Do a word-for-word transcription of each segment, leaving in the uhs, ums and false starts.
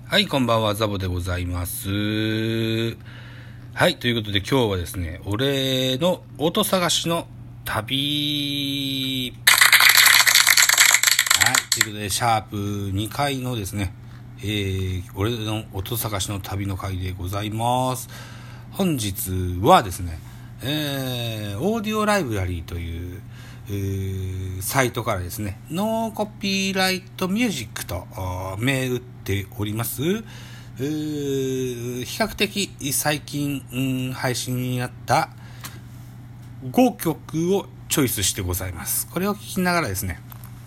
はい、こんばんは、ザボでございます。はい、ということで今日はですね、俺の音探しの旅。はい、ということで、シャープにかいのですね、えー、俺の音探しの旅の回でございます。本日はですね、えー、オーディオライブラリーという、えー、サイトからですね、ノーコピーライトミュージックと銘打っております、えー、比較的最近、うん、配信になったごきょくをチョイスしてございます。これを聞きながらですね、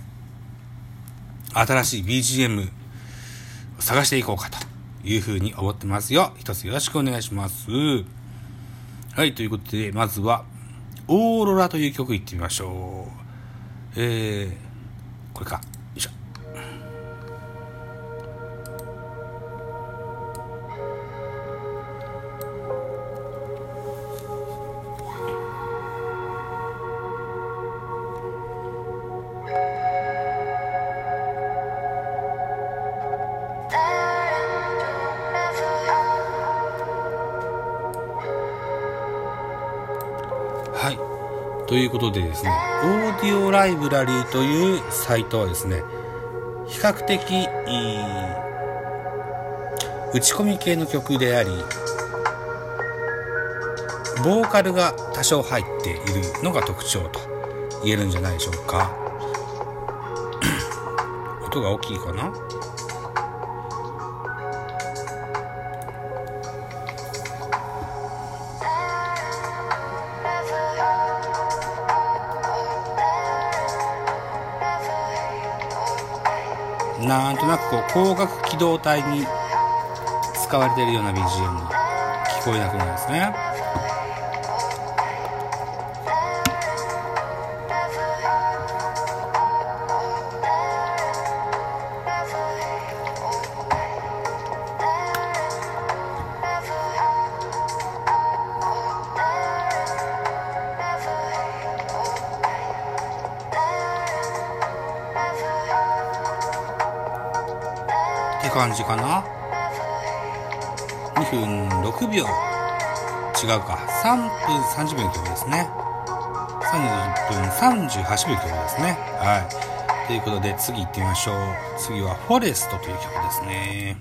新しい ビージーエム を探していこうかというふうに思ってますよ。一つよろしくお願いします。はい、ということで、まずは、オーロラという曲いってみましょう。えー、これか。よいしょ。はい。ということでですね、オーディオライブラリーというサイトはですね、比較的打ち込み系の曲であり、ボーカルが多少入っているのが特徴と言えるんじゃないでしょうか。音が大きいかな？なんとなくこう光学機動隊に使われているような ビージーエム に聞こえなくなるんですね。って感じかな。にふんろくびょう、違うか、さんぷんさんじゅっぷんの曲ですね。さんじゅっぷんさんじゅうはちびょうの曲ですね。はい、ということで次行ってみましょう。次はフォレストという曲ですね。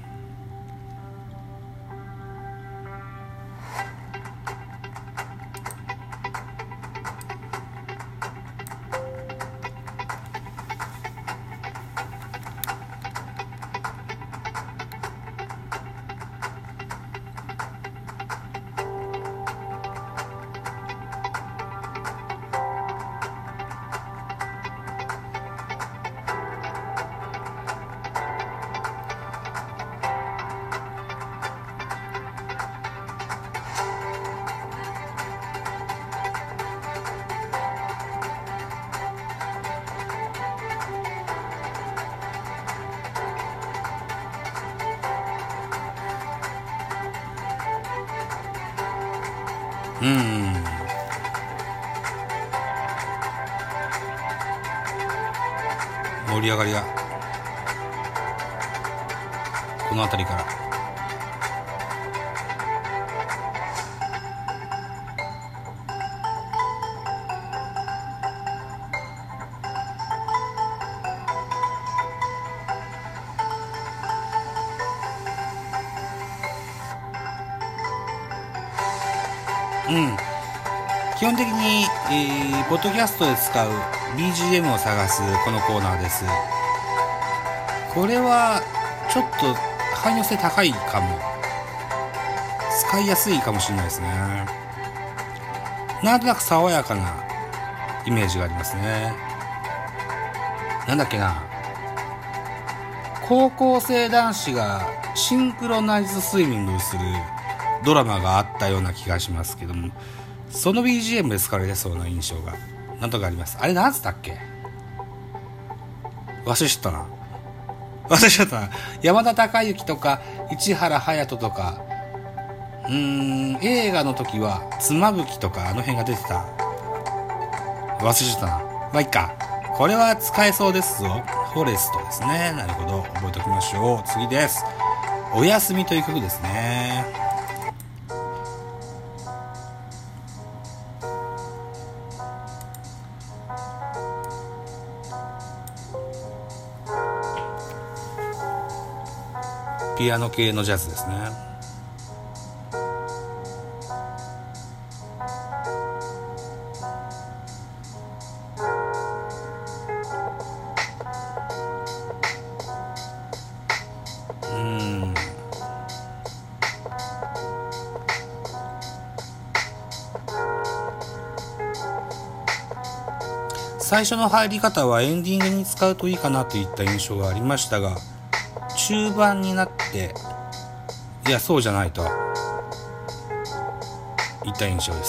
うーん盛り上がりがこの辺りからうん、基本的に、えー、ポッドキャストで使う ビージーエム を探すこのコーナーです。これはちょっと汎用性高いかも、使いやすいかもしれないですね。なんとなく爽やかなイメージがありますね。なんだっけな、高校生男子がシンクロナイズスイミングをするドラマがあったような気がしますけども、その ビージーエム で使われてそうな印象がなんとかあります。あれなんつったっけ、忘れちゃったな忘れちゃったな山田孝之とか市原隼人とか、うーん映画の時は妻夫木とかあの辺が出てた。忘れちゃったな。まあいいか、これは使えそうですぞ。フォレストですね。なるほど、覚えておきましょう。次です。 おやすみという曲ですね。ピアノ系のジャズですね。うん最初の入り方はエンディングに使うといいかなといった印象がありましたが、中盤になっていやそうじゃないといった印象です。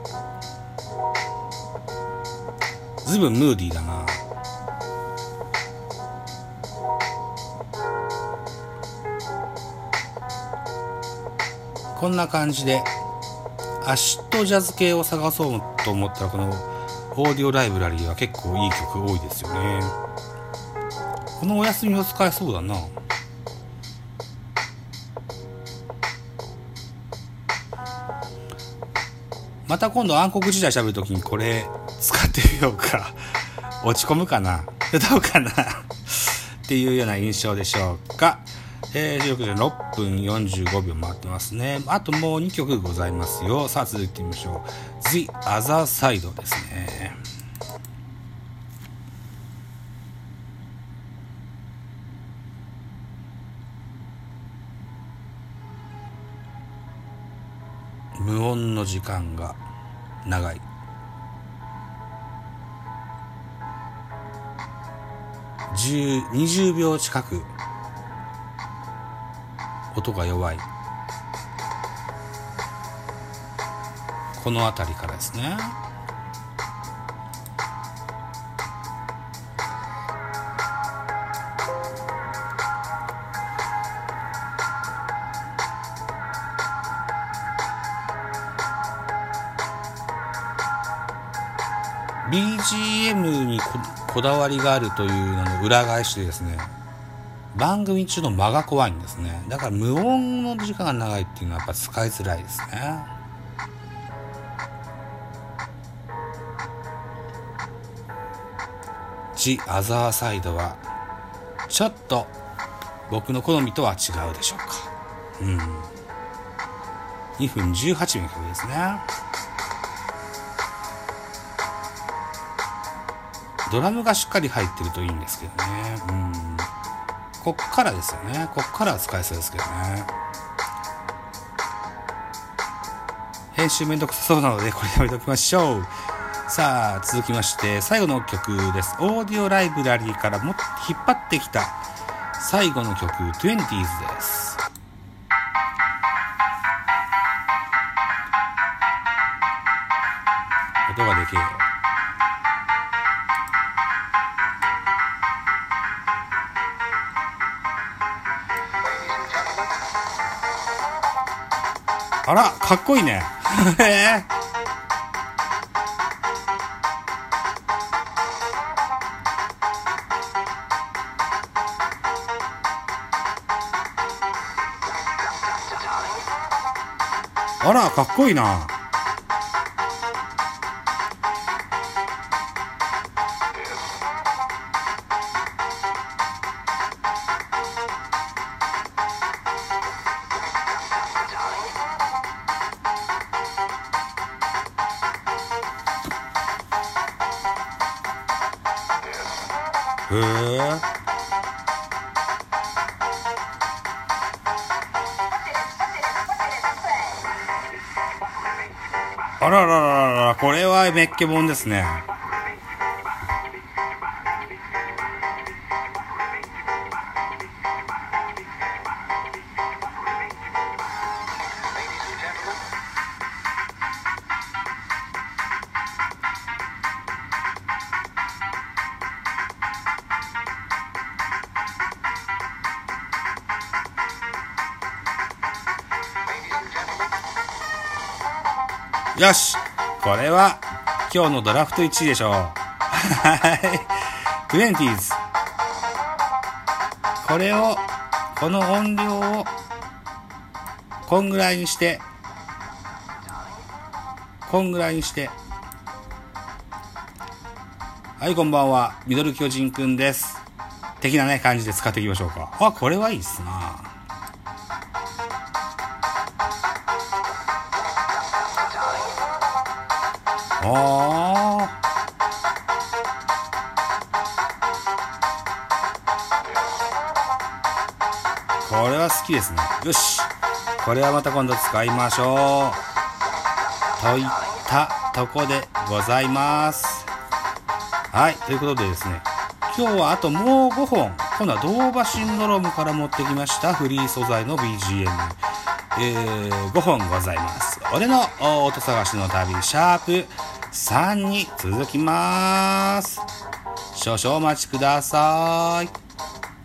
ずいぶんムーディーだな。こんな感じでアシッドジャズ系を探そうと思ったら、このオーディオライブラリーは結構いい曲多いですよね。このお休みを使えそうだな。また今度暗黒時代喋るときにこれ使ってみようか。落ち込むかな、どうかなっていうような印象でしょうか。えー、ということでろっぷんよんじゅうごびょう回ってますね。あともうにきょくございますよ。さあ続いてみましょう。 The Other Side ですね。無音の時間が長い。じゅう、にじゅうびょう近く音が弱い。この辺りからですね。ビージーエム に こ, こだわりがあるというのの裏返しでですね、番組中の間が怖いんですね。だから無音の時間が長いっていうのはやっぱ使いづらいですね。The Other Side はちょっと僕の好みとは違うでしょうか。うん。にふんじゅうはちびょうの曲ですね。ドラムがしっかり入ってるといいんですけどね。うん。こっからですよね。こっからは使えそうですけどね。編集めんどくさそうなのでこれやめておきましょう。さあ続きまして最後の曲です。オーディオライブラリーからも引っ張ってきた最後の曲 トゥエンティーズ です。音がでけえ。あらかっこいいねあらかっこいいな。へえ。あららららら、これはめっけもんですね。よし、これは今日のドラフトいちいでしょう。はい、トゥエンティーズ。これをこの音量をこんぐらいにしてこんぐらいにしてはい、こんばんは、ミドル巨人くんです的なね感じで使っていきましょうか。あ、これはいいっすな。あーこれは好きですね。よし、これはまた今度使いましょうといったとこでございます。はい、ということでですね、今日はあともうごほん、今度はドーバシンドロームから持ってきましたフリー素材の ビージーエム、えー、ごほんございます。俺の音探しの旅シャープさんに続きます。少々お待ちください。